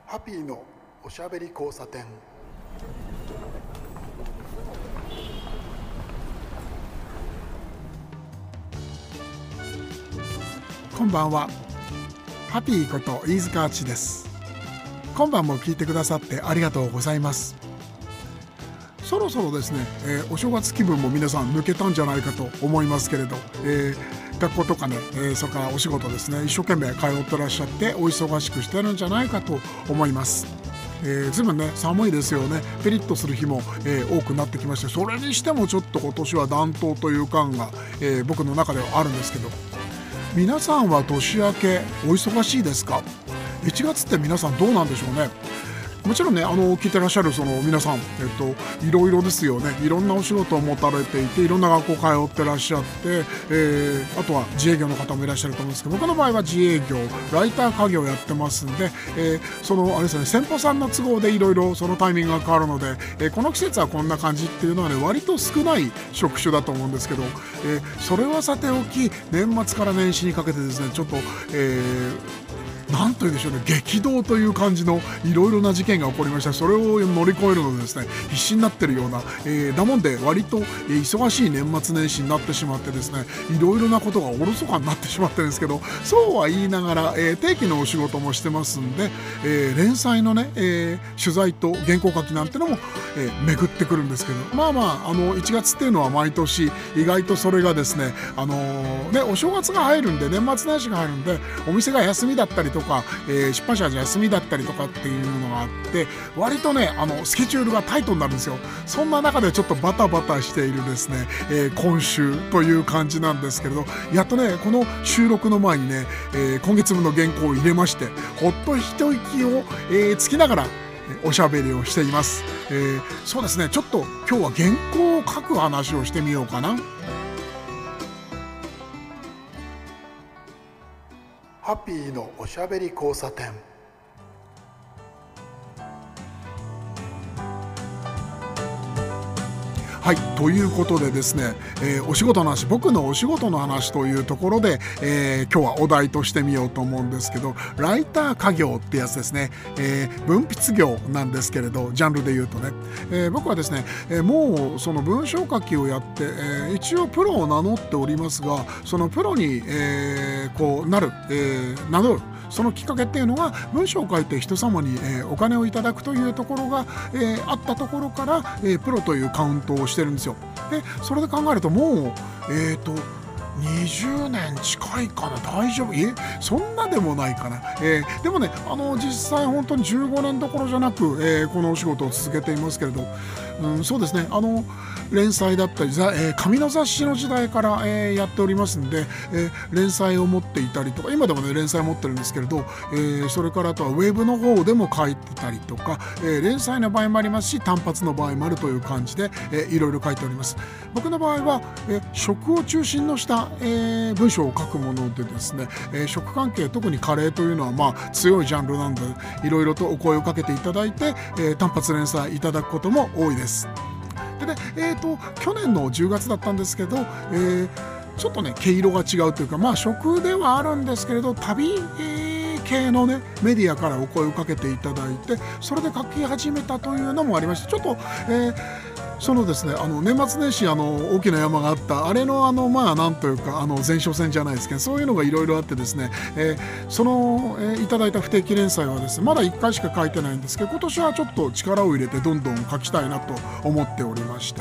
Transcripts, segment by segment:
ハッピーのおしゃべり交差点。 こんばんは。ハッピーこと飯塚敦です。今晩も聞いてくださってありがとうございます。そろそろですね、お正月気分も皆さん抜けたんじゃないかと思いますけれど、学校とかね、それからお仕事ですね、一生懸命通ってらっしゃってお忙しくしてるんじゃないかと思います。ずいぶんね寒いですよね。ペリッとする日も、多くなってきまして、それにしてもちょっと今年は暖冬という感が、僕の中ではあるんですけど、皆さんは年明けお忙しいですか？1月って皆さんどうなんでしょうね。もちろんね、聞いてらっしゃるその皆さん、いろいろですよね。いろんなお仕事を持たれていて、いろんな学校通ってらっしゃって、あとは自営業の方もいらっしゃると思うんですけど、僕の場合は自営業、ライター家業やってますんで、そのあれですね、先方さんの都合でいろいろそのタイミングが変わるので、この季節はこんな感じっていうのはね、割と少ない職種だと思うんですけど、それはさておき、年末から年始にかけてですね、ちょっと、なんというんでしょうね、激動という感じのいろいろな事件が起こりました。それを乗り越えるのでですね、必死になってるような、だもんで割と忙しい年末年始になってしまってですね、いろいろなことがおろそかになってしまってるんですけど、そうは言いながら、定期のお仕事もしてますんで、連載のね、取材と原稿書きなんてのも、巡ってくるんですけど、1月っていうのは毎年意外とそれがですね、お正月が入るんで、年末年始が入るんで、お店が休みだったりとか、出版社が休みだったりとかっていうのがあって、割とねスケジュールがタイトになるんですよ。そんな中でちょっとバタバタしているですね、今週という感じなんですけれど、やっとねこの収録の前にね、今月分の原稿を入れまして、ほっと一息を、つきながらおしゃべりをしています。そうですね、ちょっと今日は原稿を書く話をしてみようかな。 ハッピーのおしゃべり交差点。 はい、ということでですね、お仕事の話、僕のお仕事の話というところで、今日はお題としてみようと思うんですけど、ライター家業ってやつですね。文筆業なんですけれど、ジャンルで言うとね、僕はですね、もうその文章書きをやって、一応プロを名乗っておりますが、そのプロに、名乗るそのきっかけっていうのが、文章を書いて人様に、お金をいただくというところが、あったところから、プロというカウントをしてるんですよ。でそれで考えるともう20年近いかな。大丈夫？そんなでもないかな。でもね、実際本当に15年どころじゃなく、このお仕事を続けていますけれど、そうですね、連載だったり、紙の雑誌の時代から、やっておりますんで、連載を持っていたりとか、今でもね連載を持ってるんですけれど、それからあとはウェブの方でも書いてたりとか、連載の場合もありますし、単発の場合もあるという感じで、いろいろ書いております。僕の場合は、食を中心のした、文章を書くものでですね、食関係、特にカレーというのは強いジャンルなので、いろいろとお声をかけていただいて、単発連載いただくことも多いです。でね、去年の10月だったんですけど、ちょっとね毛色が違うというか、食ではあるんですけれど、旅、系のねメディアからお声をかけていただいて、それで書き始めたというのもありまして、ちょっと、そのですね、年末年始大きな山があったあれのなんというか前哨戦じゃないですけど、そういうのがいろいろあってですね、その、いただいた不定期連載はですね、まだ1回しか書いてないんですけど、今年はちょっと力を入れてどんどん書きたいなと思っておりまして、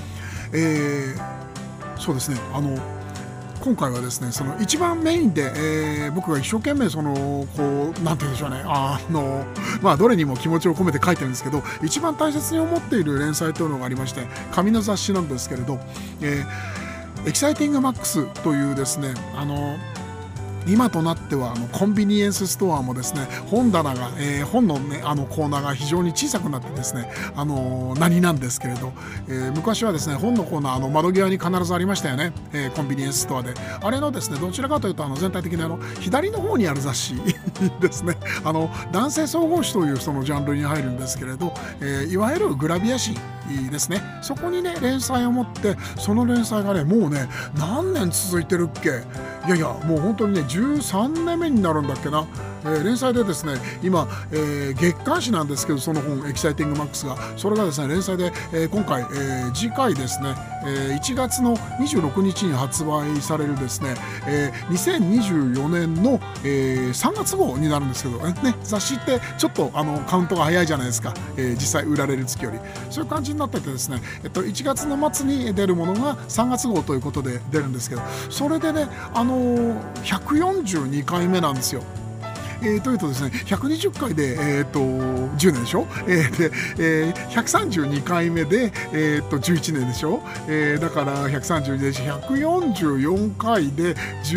そうですね、今回はですね、その一番メインで、僕が一生懸命なんて言うんでしょうね、どれにも気持ちを込めて書いてるんですけど、一番大切に思っている連載というのがありまして、紙の雑誌なんですけれど、エキサイティングマックスというですね、今となってはコンビニエンスストアもですね、本棚が、本のねコーナーが非常に小さくなってですね、何なんですけれど、昔はですね、本のコーナー窓際に必ずありましたよね、コンビニエンスストアで。あれのですね、どちらかというと全体的に左の方にある雑誌ですね、男性総合誌というそのジャンルに入るんですけれど、いわゆるグラビア誌ですね、そこにね連載を持って、その連載がねもうね何年続いてるっけ。いやいや、もう本当にね13年目になるんだっけな。 連載でですね今、月刊誌なんですけど、その本エキサイティングマックスが、それがですね連載で、今回、次回ですね、1月の26日に発売されるですね、2024年の、3月号になるんですけど、雑誌ってちょっとカウントが早いじゃないですか、実際売られる月より。そういう感じになっててですね、1月の末に出るものが3月号ということで出るんですけど、それでね、142回目なんですよ。というとですね、120回で、10年でしょ、で、132回目で、11年でしょ、だから132で144回で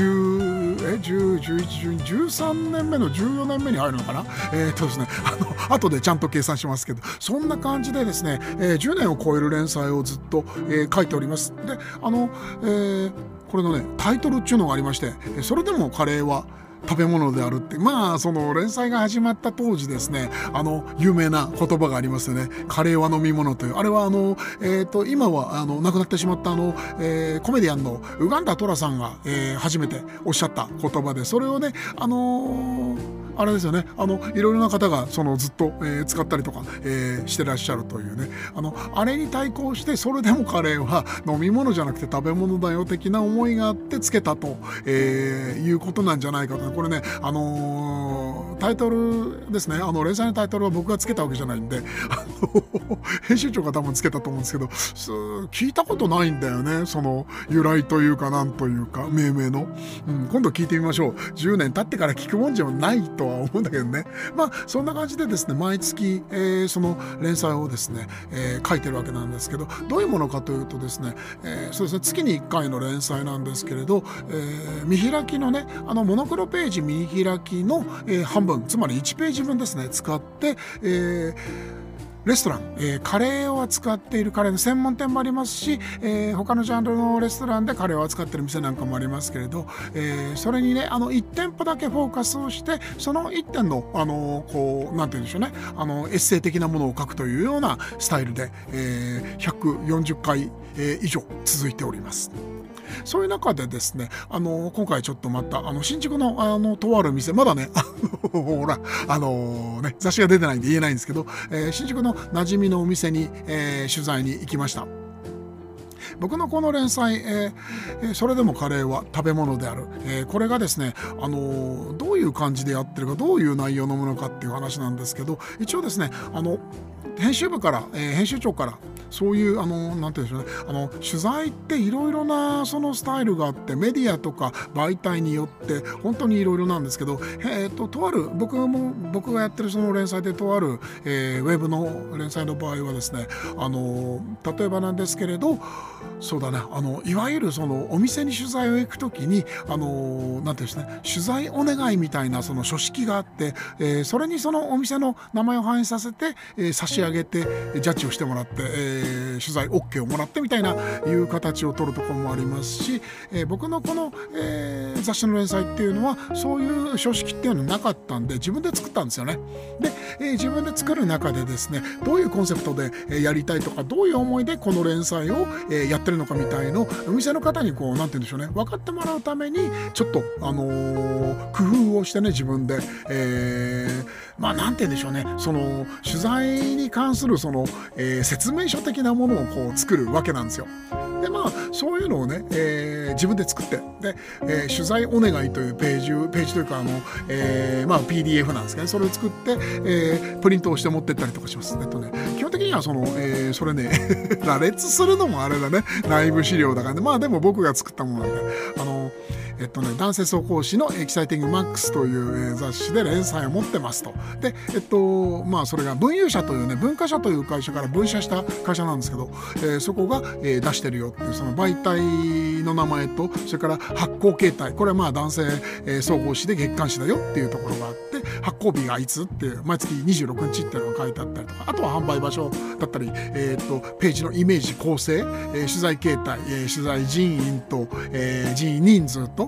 13年目の14年目に入るのかな。ですね、後でちゃんと計算しますけど、そんな感じでですね、10年を超える連載をずっと、書いております。で、これのねタイトルっていうのがありまして、それでもカレーは食べ物であるって、その連載が始まった当時ですね、有名な言葉がありますよね。カレーは飲み物という。あれは今は亡くなってしまったコメディアンのウガンダトラさんが、初めておっしゃった言葉で、それをねあれですよね、いろいろな方がずっと、使ったりとか、してらっしゃるというね、あれに対抗して、それでもカレーは飲み物じゃなくて食べ物だよ的な思いがあってつけたと、いうことなんじゃないかと。これね、タイトルですね、連載のタイトルは僕がつけたわけじゃないんで、編集長が多分つけたと思うんですけど、聞いたことないんだよね、その由来というかなんというか命名の、今度聞いてみましょう。10年経ってから聞くもんじゃないとは思うんだけどね。そんな感じでですね、毎月、その連載をですね、書いてるわけなんですけど、どういうものかというとですね、そうですね、月に1回の連載なんですけれど、見開きのね、モノクロページ見開きの、半分、つまり1ページ分ですね使って、レストラン、カレーを扱っているカレーの専門店もありますし、他のジャンルのレストランでカレーを扱っている店なんかもありますけれど、それにね1店舗だけフォーカスをして、その1店のなんて言うんでしょうね、エッセイ的なものを書くというようなスタイルで、140回、以上続いております。そういう中でですね、今回ちょっとまた新宿のとある店、まだねほら雑誌が出てないんで言えないんですけど、新宿の馴染みのお店に、取材に行きました。僕のこの連載、それでもカレーは食べ物である、これがですね、どういう感じでやってるか、どういう内容のものかっていう話なんですけど、一応ですね、編集部から、編集長からそういうなんていうんでしょうね、取材っていろいろなそのスタイルがあって、メディアとか媒体によって本当にいろいろなんですけど、とある僕がやってるその連載でとある、ウェブの連載の場合はですね、例えばなんですけれど、そうだね、いわゆるそのお店に取材を行くときになんていうんですね、取材お願いみたいなその書式があって、それにそのお店の名前を反映させて、差し上げてジャッジをしてもらって、取材 OK をもらってみたいないう形を取るところもありますし、僕のこの、雑誌の連載っていうのはそういう書式っていうのはなかったんで、自分で作ったんですよね。で、自分で作る中でですね、どういうコンセプトで、やりたいとか、どういう思いでこの連載を、やってるのかみたいのお店の方になんて言うんでしょうね、分かってもらうためにちょっと工夫をしてね、自分で、なんて言うんでしょうね、その取材に関するその、説明書的なものを作るわけなんですよ。でそういうのをね、自分で作って、で、取材お願いというページというかPDF なんですけどね、それを作って、プリントをして持ってったりとかします。基本的にはそれね羅列するのもあれだね、内部資料だからね。でも僕が作ったものなんで、男性走行誌のエキサイティングマックスという雑誌で連載を持ってますと。で、それが文友社というね、文化社という会社から分社した会社なんですけど、そこが、出してるよっていうその媒体の名前と、それから発行形態、これは男性、走行誌で月刊誌だよっていうところがあって、発行日がいつっていう毎月26日っていうのが書いてあったりとか、あとは販売場所だったり、ページのイメージ構成、取材形態、取材人員と、人員人数と、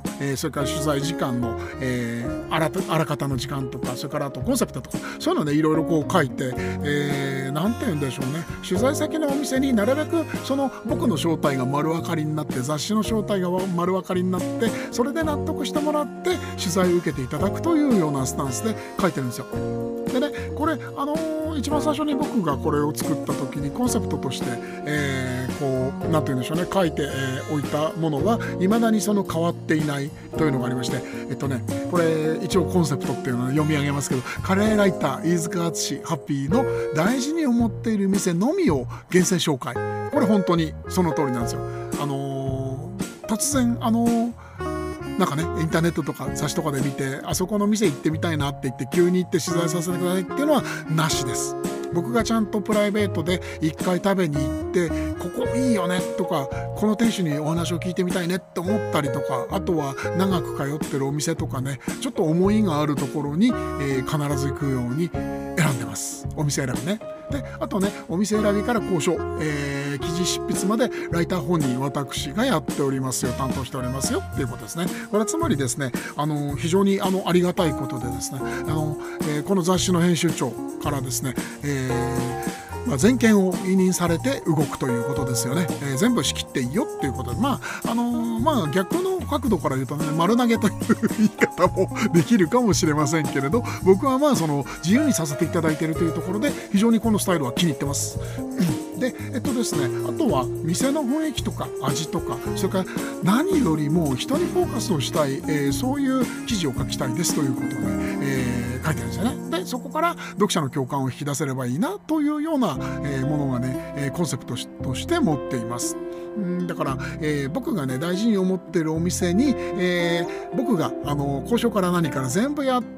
と、それから取材時間の、あらかたの時間とか、それからあとコンセプトとか、そういうのねいろいろこう書いて、なんて言うんでしょうね、取材先のお店になるべくその僕の正体が丸分かりになって、雑誌の正体が丸分かりになって、それで納得してもらって取材を受けていただくというようなスタンスで書いてるんですよ。でね、これ一番最初に僕がこれを作った時にコンセプトとして、こうなんて言うんでしょうね、書いておいたものは未だにその変わっていないというのがありまして、これ一応コンセプトっていうのを読み上げますけど、カレーライター飯塚敦ハッピーの大事に思っている店のみを厳選紹介。これ本当にその通りなんですよ。突然なんかね、インターネットとか雑誌とかで見て、あそこの店行ってみたいなって言って急に行って取材させてくださいっていうのはなしです。僕がちゃんとプライベートで一回食べに行って、ここいいよねとか、この店主にお話を聞いてみたいねって思ったりとか、あとは長く通ってるお店とかね、ちょっと思いがあるところに、必ず行くように選んでます。お店選びね。で、あとね、お店選びから交渉、記事執筆までライター本人私がやっておりますよ、担当しておりますよっていうことですね。これはつまりですね、非常にありがたいことでですね、この雑誌の編集長からですね、全権を委任されて動くということですよね。全部仕切っていいよっていうことで、逆の角度から言うとね、丸投げという言い方もできるかもしれませんけれど、僕はその自由にさせていただいているというところで非常にこのスタイルは気に入ってます。で、ですね、あとは店の雰囲気とか味とか、それから何よりも人にフォーカスをしたい、そういう記事を書きたいですということで、書いてるんですよね。で、そこから読者の共感を引き出せればいいなというような、ものがね、コンセプトとして持っています。だから、僕がね大事に思っているお店に、僕が交渉から何から全部やって、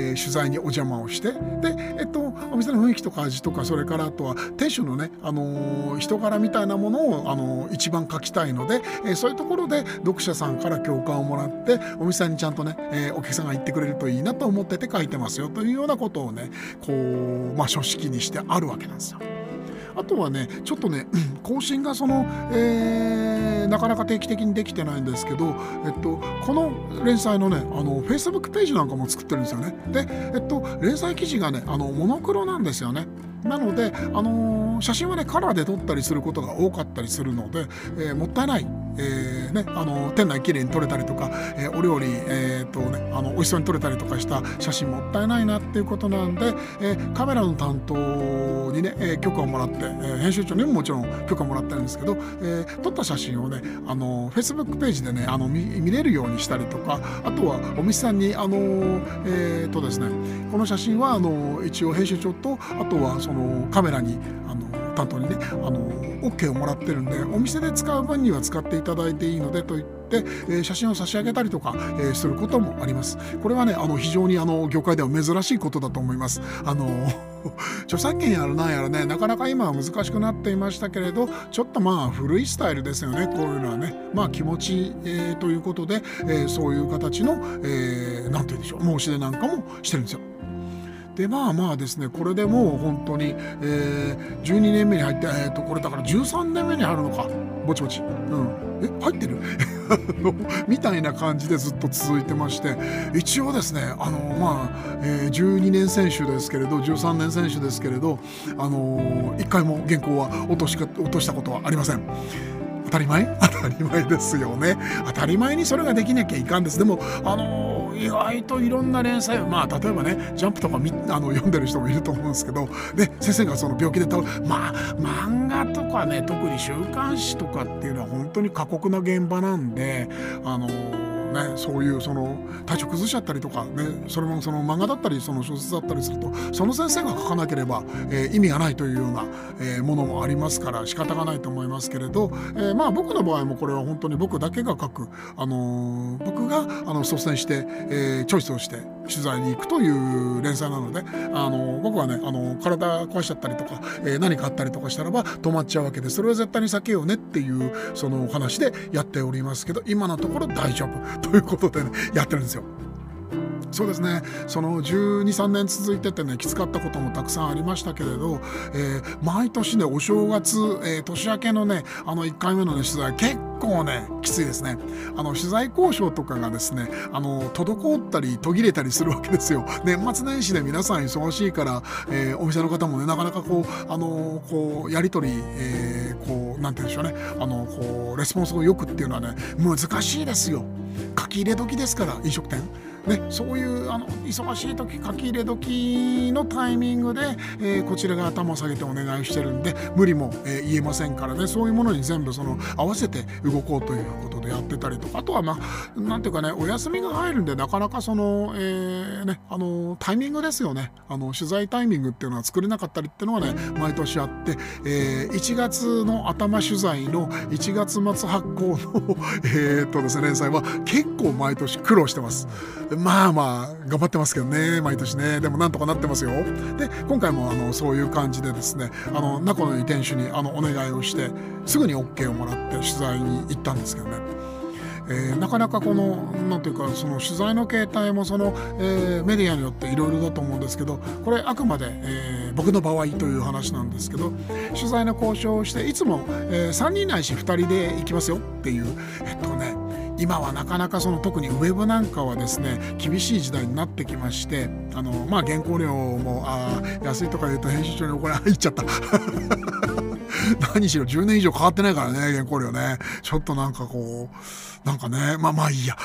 取材にお邪魔をして、で、お店の雰囲気とか味とか、それからあとは店主のね、人柄みたいなものを一番書きたいので、そういうところで読者さんから共感をもらってお店にちゃんとね、お客さんが言ってくれるといいなと思ってて書いてますよというようなことをね、こう書式にしてあるわけなんですよ。あとはね、ちょっとね、更新がなかなか定期的にできてないんですけど、この連載のね、Facebook ページなんかも作ってるんですよね。で、連載記事がね、モノクロなんですよね。なので、写真はねカラーで撮ったりすることが多かったりするので、もったいない、店内きれいに撮れたりとか、お料理、美味しそうに撮れたりとかした写真もったいないなっていうことなんで、カメラの担当にね、許可をもらって、編集長にももちろん許可もらってるんですけど、撮った写真をねFacebook ページでね見れるようにしたりとか、あとはお店さんにですね、この写真は一応編集長と、あとはそのカメラに担当にねOK をもらってるんで、お店で使う分には使っていただいていいのでと言って、写真を差し上げたりとか、することもあります。これはね非常に業界では珍しいことだと思います。著作権やらなんやらね、なかなか今は難しくなっていましたけれど、ちょっと古いスタイルですよね、こういうのはね。気持ち、ということで、そういう形の、なんて言うんでしょう、申し出なんかもしてるんですよ。でですね、これでもう本当に、12年目に入って、これだから13年目に入るのか、ぼちぼち、入ってるみたいな感じでずっと続いてまして、一応ですね12年選手ですけれど、13年選手ですけれど、1回も原稿は落としたことはありません。当たり前ですよね。当たり前にそれができなきゃいかんです。でも意外といろんな連載を、例えばねジャンプとか読んでる人もいると思うんですけど、で先生がその病気で倒れ、漫画とかね、特に週刊誌とかっていうのは本当に過酷な現場なんで、そういう体調崩しちゃったりとかね、それもその漫画だったりその小説だったりすると、その先生が書かなければ、意味がないというような、ものもありますから仕方がないと思いますけれど、僕の場合もこれは本当に僕だけが書く、僕が率先して、チョイスをして取材に行くという連載なので、僕はね体壊しちゃったりとか、何かあったりとかしたらば止まっちゃうわけで、それは絶対に避けようねっていうそのお話でやっておりますけど、今のところ大丈夫ということでねやってるんですよ。 そうですね。その12、3年続いててね、きつかったこともたくさんありましたけれど、毎年ね、お正月、年明けのね、1回目のね、取材、結構ね、きついですね。取材交渉とかがですね、滞ったり途切れたりするわけですよ。年末年始で皆さん忙しいから、お店の方もね、なかなかやり取り、なんて言うんでしょうね、レスポンスをよくっていうのはね、難しいですよ。書き入れ時ですから、飲食店。ね、そういう忙しい時、書き入れ時のタイミングで、こちらが頭を下げてお願いしてるんで、無理も、言えませんからね、そういうものに全部合わせて動こうということでやってたりとか、あとはなんていうかね、お休みが入るんで、なかなかタイミングですよね。取材タイミングっていうのは作れなかったりっていうのはね、毎年あって、1月の頭取材の1月末発行のですね、連載は結構毎年苦労してます。まあ頑張ってますけどね、毎年ね。でもなんとかなってますよ。で、今回もそういう感じでですね、仲のいい店主にお願いをしてすぐに OK をもらって取材に行ったんですけどね。なかなかなんていうか、その取材の形態もメディアによっていろいろだと思うんですけど、これあくまで、僕の場合という話なんですけど、取材の交渉をしていつも、3人ないし2人で行きますよっていう今はなかなか特にウェブなんかはですね、厳しい時代になってきまして、原稿料も安いとか言うと編集長に怒られっちゃった何しろ10年以上変わってないからね、原稿料ね。ちょっとね、まあいいや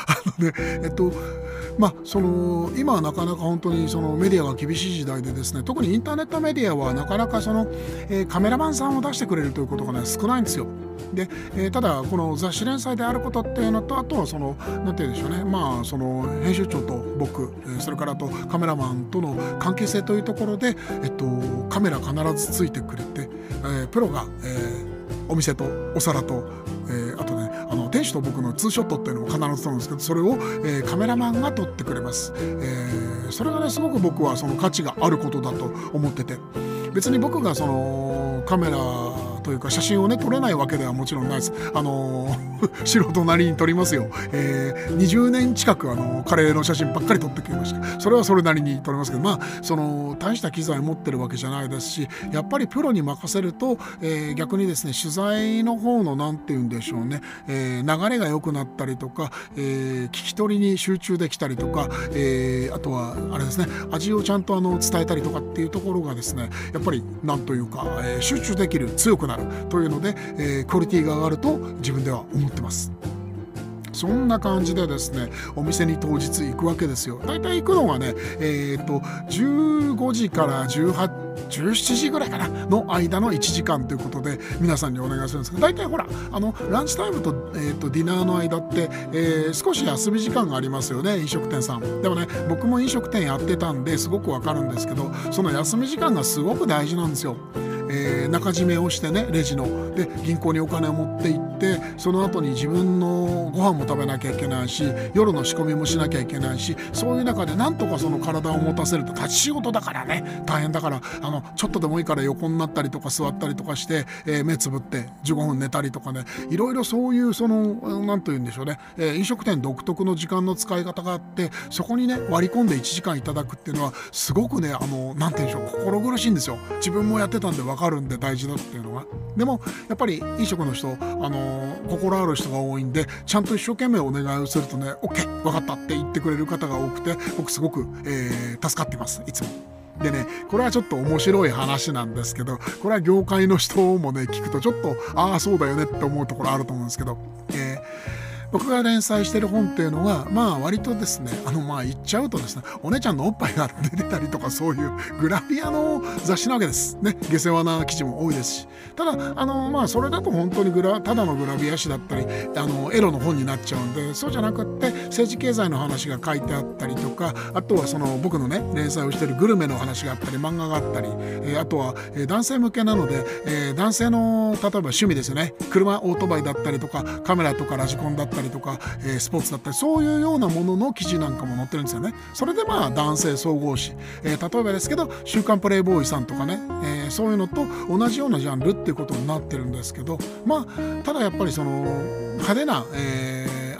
今はなかなか本当にメディアが厳しい時代でですね、特にインターネットメディアはなかなかカメラマンさんを出してくれるということがね、少ないんですよ。で、ただこの雑誌連載であることっていうのと、あとはなんて言うんでしょうね、編集長と僕、それからあとカメラマンとの関係性というところで、カメラ必ずついてくれて、プロが、お店とお皿と、あとね、店主と僕のツーショットっていうのも必ず撮るんですけど、それを、カメラマンが撮ってくれます。それがね、すごく僕は価値があることだと思ってて、別に僕がカメラというか写真をね撮れないわけではもちろんないです。素人なりに撮りますよ。20年近くカレーの写真ばっかり撮ってきました。それはそれなりに撮れますけど、大した機材持ってるわけじゃないですし、やっぱりプロに任せると、逆にですね、取材の方のなんて言うんでしょうね、流れが良くなったりとか、聞き取りに集中できたりとか、あとはあれですね、味をちゃんと伝えたりとかっていうところがですね、やっぱりなんというか、集中できる、強くなるというので、クオリティが上がると自分では思ってます。そんな感じでですね、お店に当日行くわけですよ。だいたい行くのがね、15時から17時ぐらいかなの間の1時間ということで皆さんにお願いするんですけど、だいたいほらランチタイムと、ディナーの間って、少し休み時間がありますよね、飲食店さん。でもね、僕も飲食店やってたんですごくわかるんですけど、その休み時間がすごく大事なんですよ。中締めをしてね、レジので銀行にお金を持って行って、その後に自分のご飯も食べなきゃいけないし、夜の仕込みもしなきゃいけないし、そういう中でなんとか体を持たせると、立ち仕事だからね、大変だから、ちょっとでもいいから横になったりとか座ったりとかして、目つぶって15分寝たりとかね、いろいろそういうなんというんでしょうね、飲食店独特の時間の使い方があって、そこにね割り込んで1時間いただくっていうのはすごくね、なんていうんでしょう、心苦しいんですよ。自分もやってたんで分かるんで、大事だっていうのは。でもやっぱり飲食の人、心ある人が多いんで、ちゃんと一生懸命お願いをするとね、 OK 分かったって言ってくれる方が多くて、僕すごく、助かってます、いつも。でね、これはちょっと面白い話なんですけど、これは業界の人もね聞くとちょっとそうだよねって思うところあると思うんですけど、僕が連載してる本っていうのは割とですね、言っちゃうとですね、お姉ちゃんのおっぱいが出てたりとか、そういうグラビアの雑誌なわけですね。下世話な記事も多いですし、ただそれだと本当にただのグラビア誌だったりエロの本になっちゃうんで、そうじゃなくって政治経済の話が書いてあったりとか、あとは僕のね連載をしてるグルメの話があったり、漫画があったり、あとは、男性向けなので、男性の例えば趣味ですよね、車、オートバイだったりとか、カメラとかラジコンだったりとか、スポーツだったり、そういうようなものの記事なんかも載ってるんですよね。それで男性総合誌、例えばですけど週刊プレイボーイさんとかね、そういうのと同じようなジャンルっていうことになってるんですけど、ただやっぱり派手な、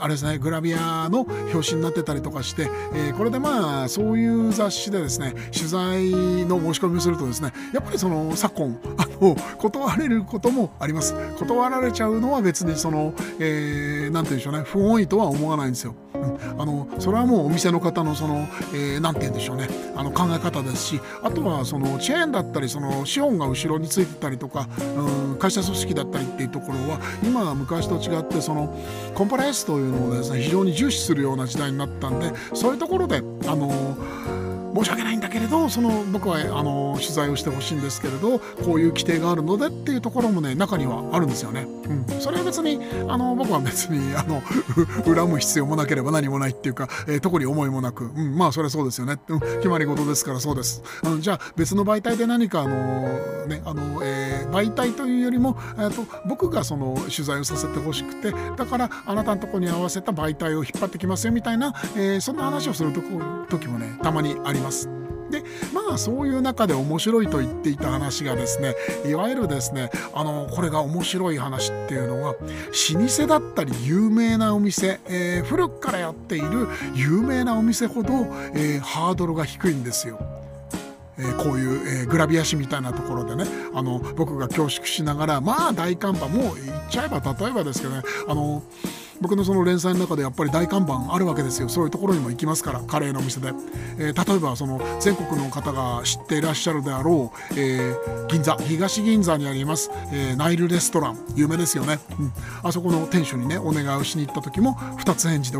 あれですね、グラビアの表紙になってたりとかして、これでまあそういう雑誌でですね取材の申し込みをするとですね、やっぱりその昨今断られることもあります。断られちゃうのは別にその、なんていうんでしょうね、不本意とは思わないんですよ。それはもうお店の方のその、なんて言うんでしょうね、考え方ですし、あとはそのチェーンだったりその資本が後ろについてたりとか、会社組織だったりっていうところは今は昔と違ってそのコンプライアンスというのをですね非常に重視するような時代になったんで、そういうところで申し訳ないんだけれど僕は取材をしてほしいんですけれど、こういう規定があるのでっていうところもね中にはあるんですよね。それは別に僕は別に恨む必要もなければ何もないっていうか、特に思いもなく、まあそれはそうですよね、決まり事ですからそうです。じゃあ別の媒体で何か媒体というよりも僕がその取材をさせてほしくて、だからあなたのところに合わせた媒体を引っ張ってきますよみたいな、そんな話をする時もねたまにあります。でまあそういう中で面白いと言っていた話がですね、いわゆるですねこれが面白い話っていうのは、老舗だったり有名なお店、古くからやっている有名なお店ほど、ハードルが低いんですよ。こういう、グラビア誌みたいなところでね僕が恐縮しながらまあ大看板もう言っちゃえば例えばですけどね僕のその連載の中でやっぱり大看板あるわけですよ。そういうところにも行きますから、カレーのお店で、例えばその全国の方が知っていらっしゃるであろう、東銀座にあります、ナイルレストラン、有名ですよね、あそこの店主にねお願いをしに行った時も2つ返事で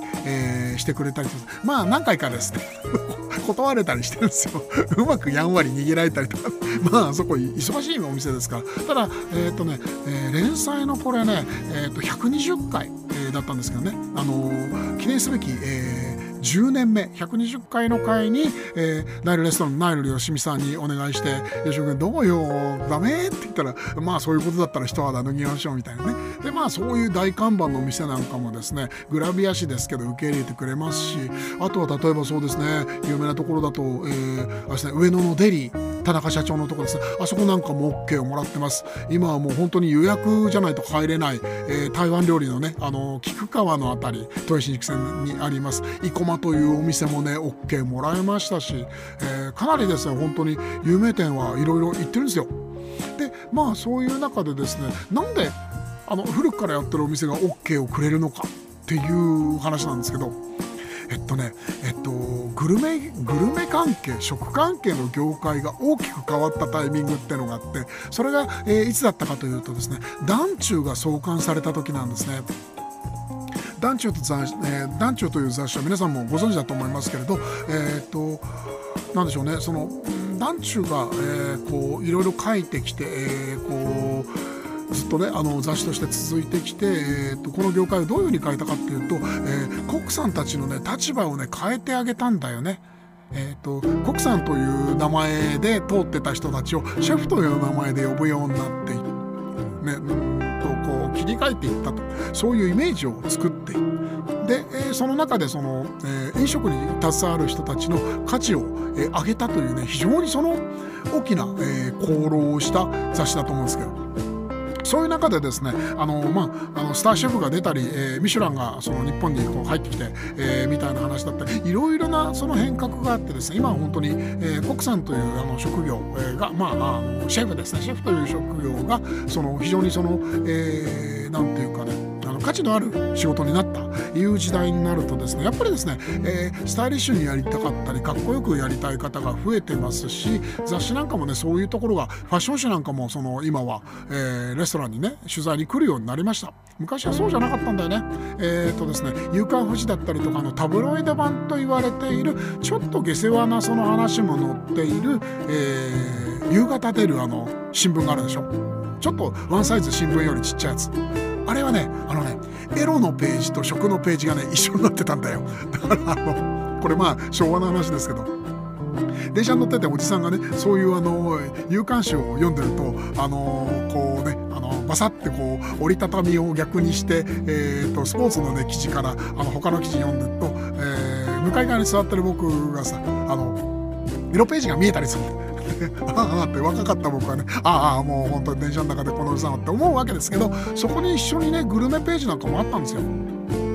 OK、してくれたりとか、まあ何回かですね断れたりしてるんですようまくやんわり逃げられたりとかまああそこ忙しいお店ですから。ただ連載のこれね、120回だったんですけどね、記念すべき、10年目120回の回に、ナイルレストランのナイルよしみさんにお願いして「よしみ君どうよダメ?」って言ったら「まあそういうことだったら一肌脱ぎましょう」みたいなね。でまあそういう大看板のお店なんかもですねグラビア誌ですけど受け入れてくれますし、あとは例えばそうですね有名なところだと、あれですね、上野のデリー田中社長のところですね、あそこなんかも OK をもらってます。今はもう本当に予約じゃないと入れない、台湾料理のね菊川のあたり豊新宿線にあります生駒というお店もね OK もらいましたし、かなりですね本当に有名店はいろいろ行ってるんですよ。でまあそういう中でですね、なんで古くからやってるお店が OK をくれるのかっていう話なんですけど、グルメ関係食関係の業界が大きく変わったタイミングってのがあって、それが、いつだったかというとですね、団中が創刊された時なんですね。団中という雑誌は皆さんもご存知だと思いますけれど、なんでしょうね、その団中が、こういろいろ書いてきて、こうずっとね雑誌として続いてきて、この業界をどういうふうに変えたかっていうと、コックさんたちのね立場をね変えてあげたんだよね。コックさんという名前で通ってた人たちをシェフという名前で呼ぶようになっていってこう切り替えていったと、そういうイメージを作っている。で、その中でその、飲食に携わる人たちの価値を、上げたというね非常にその大きな、功労をした雑誌だと思うんですけど、そういう中でですねスターシェフが出たり、ミシュランがその日本にこう入ってきて、みたいな話だったり、いろいろなその変革があってですね、今は本当に、コックさんという職業、がシェフですね、シェフという職業がその非常にその、なんていうかね価値のある仕事になったいう時代になるとですね、やっぱりですね、スタイリッシュにやりたかったりかっこよくやりたい方が増えてますし、雑誌なんかもねそういうところがファッション誌なんかもその今は、レストランにね取材に来るようになりました。昔はそうじゃなかったんだよね。ですね、夕刊フジだったりとかタブロイド版と言われているちょっと下世話なその話も載っている、夕方出る新聞があるでしょ。ちょっとワンサイズ新聞よりちっちゃいやつ、あれはねエロのページと食のページがね一緒になってたんだよ。だからこれ昭和の話ですけど、電車に乗ってておじさんがねそういう夕刊誌を読んでるとこうねバサッてこう折りたたみを逆にして、スポーツのね記事から他の記事読んでると、向かい側に座ってる僕がさエロページが見えたりするんでああって若かった僕はね、もう本当に電車の中でこのおじさんはって思うわけですけど、そこに一緒にねグルメページなんかもあったんですよ。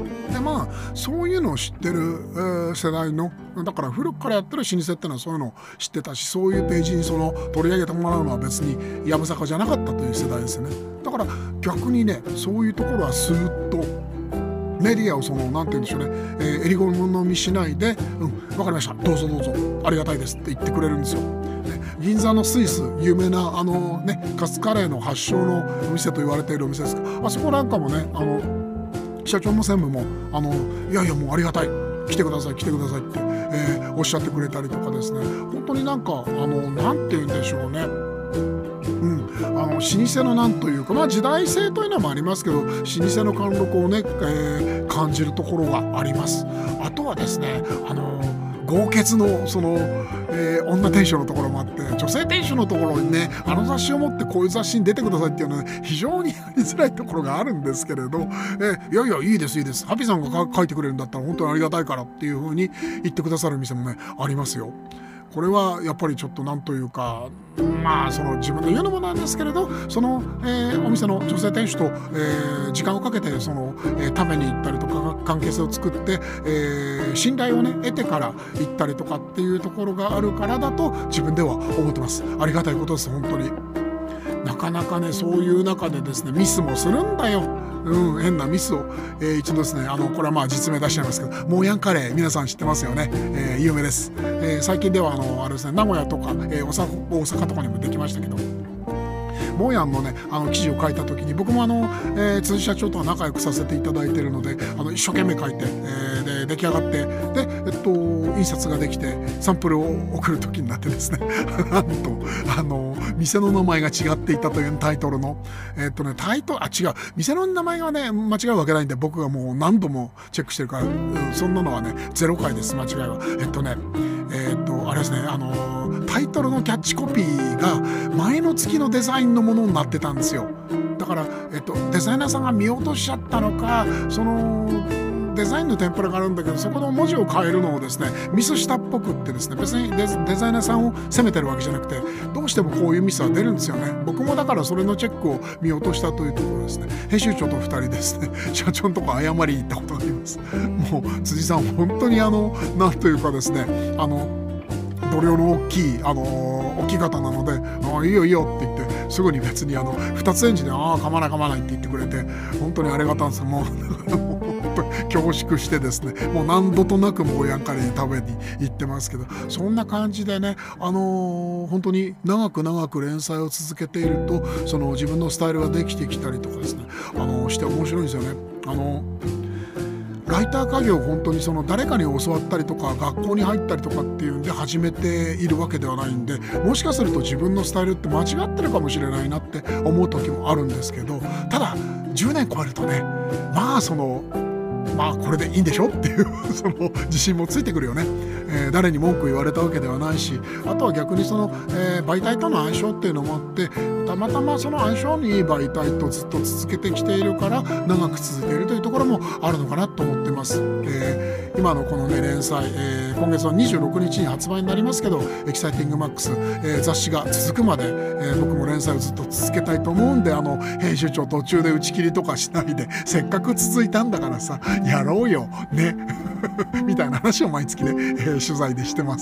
まあそういうのを知ってる、世代の、だから古くからやってる老舗っていうのはそういうのを知ってたし、そういうページに取り上げてもらうのは別にやぶさかじゃなかったという世代ですよね。だから逆にね、そういうところはスーッとメディアをなんて言うんでしょうね、襟好みしないで、わかりました、どうぞどうぞ、ありがたいですって言ってくれるんですよ。銀座のスイス、有名なカツカレーの発祥のお店と言われているお店ですが、あそこなんかもね、社長も専務もいやいやもうありがたい、来てください来てくださいって、おっしゃってくれたりとかですね、本当になんかなんて言うんでしょうね、老舗のなんというか、まあ時代性というのもありますけど、老舗の貫禄をね、感じるところがあります。あとはですね、豪傑の女店主のところもあって、女性店主のところにね、雑誌を持ってこういう雑誌に出てくださいっていうのは、ね、非常にやりづらいところがあるんですけれど、いやいやいいですいいです、ハピさんが書いてくれるんだったら本当にありがたいからっていう風に言ってくださる店もねありますよ。これはやっぱりちょっとなんというか、まあ自分の言うのもなんですけれど、お店の女性店主と、時間をかけて食べに行ったりとか関係性を作って、信頼をね得てから行ったりとかっていうところがあるからだと自分では思ってます。ありがたいことです本当に。なかなかねそういう中でですねミスもするんだよ。変なミスを、一度ですねこれはまあ実名出しちゃいますけど、モーヤンカレー皆さん知ってますよね、有名です。最近ではあれですね、名古屋とか、大阪とかにもできましたけど、モーヤンのね記事を書いた時に僕も辻社長とは仲良くさせていただいているので一生懸命書いて、で出来上がってで、印刷ができてサンプルを送る時になってですねなんと店の名前が違っていたというタイトルの違う店の名前がね間違うわけないんで、僕がもう何度もチェックしてるから、そんなのはね0回です、間違いは。あれですね、タイトルのキャッチコピーが前の月のデザインのものになってたんですよ。だから、デザイナーさんが見落としちゃったのか、デザインのテンプレがあるんだけど、そこの文字を変えるのをですねミスしたっぽくってですね、別にデザイナーさんを責めてるわけじゃなくて、どうしてもこういうミスは出るんですよね。僕もだからそれのチェックを見落としたというところですね。編集長と2人ですね社長のとこ謝りに行ったことがあります。もう辻さん本当になんというかですね、度量の大きい置き方なので、いいよいいよって言ってすぐに別に2つ返事で構わない構わないって言ってくれて、本当にありがたんですよ。もう本当に恐縮してですね、もう何度となくモーヤンカレーに食べに行ってますけど、そんな感じでね、本当に長く長く連載を続けていると自分のスタイルができてきたりとかですね、して面白いんですよね。ライター家業を本当に誰かに教わったりとか学校に入ったりとかっていうんで始めているわけではないんで、もしかすると自分のスタイルって間違ってるかもしれないなって思う時もあるんですけど、ただ10年超えるとね、まあこれでいいんでしょっていう自信もついてくるよね。誰に文句言われたわけではないし、あとは逆に媒体との相性っていうのもあって、たまたまその相性にいい媒体とずっと続けてきているから長く続けるというところもあるのかなと思ってます。今のこのね連載、今月は26日に発売になりますけど、エキサイティングマックス、雑誌が続くまで、僕も連載をずっと続けたいと思うんで、編集長途中で打ち切りとかしないで、せっかく続いたんだからさやろうよねみたいな話を毎月ね、取材でしてます。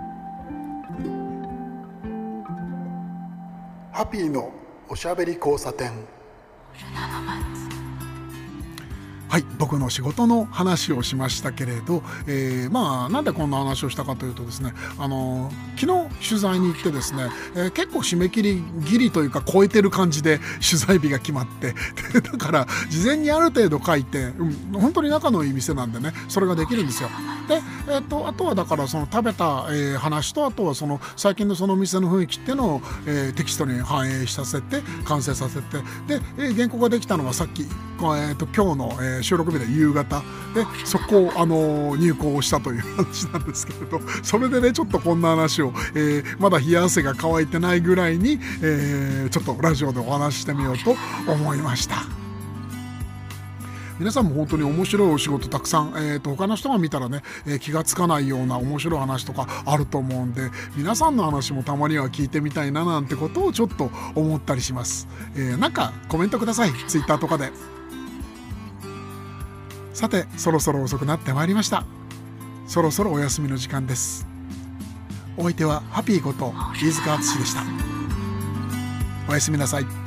ハピーのおしゃべり交差点。 はい、僕の仕事の話をしましたけれど、なんでこんな話をしたかというとですね、昨日取材に行ってですね、結構締め切りギリというか超えてる感じで取材日が決まってでだから事前にある程度書いて、本当に仲のいい店なんでね、それができるんですよ。で、あとはだから食べた、話と、あとは最近のその店の雰囲気っていうのを、テキストに反映させて完成させて、で、原稿ができたのがさっき、今日の、収録日で夕方で、そこを入稿をしたという話なんですけれど、それでねちょっとこんな話を、まだ冷や汗が乾いてないぐらいに、ちょっとラジオでお話ししてみようと思いました。皆さんも本当に面白いお仕事たくさん、他の人が見たらね、気がつかないような面白い話とかあると思うんで、皆さんの話もたまには聞いてみたいななんてことをちょっと思ったりします。なんかコメントください、ツイッターとかで。 さて、そろそろ遅くなってまいりました。そろそろお休みの時間です。お相手はハッピーこと飯塚敦でした。おやすみなさい。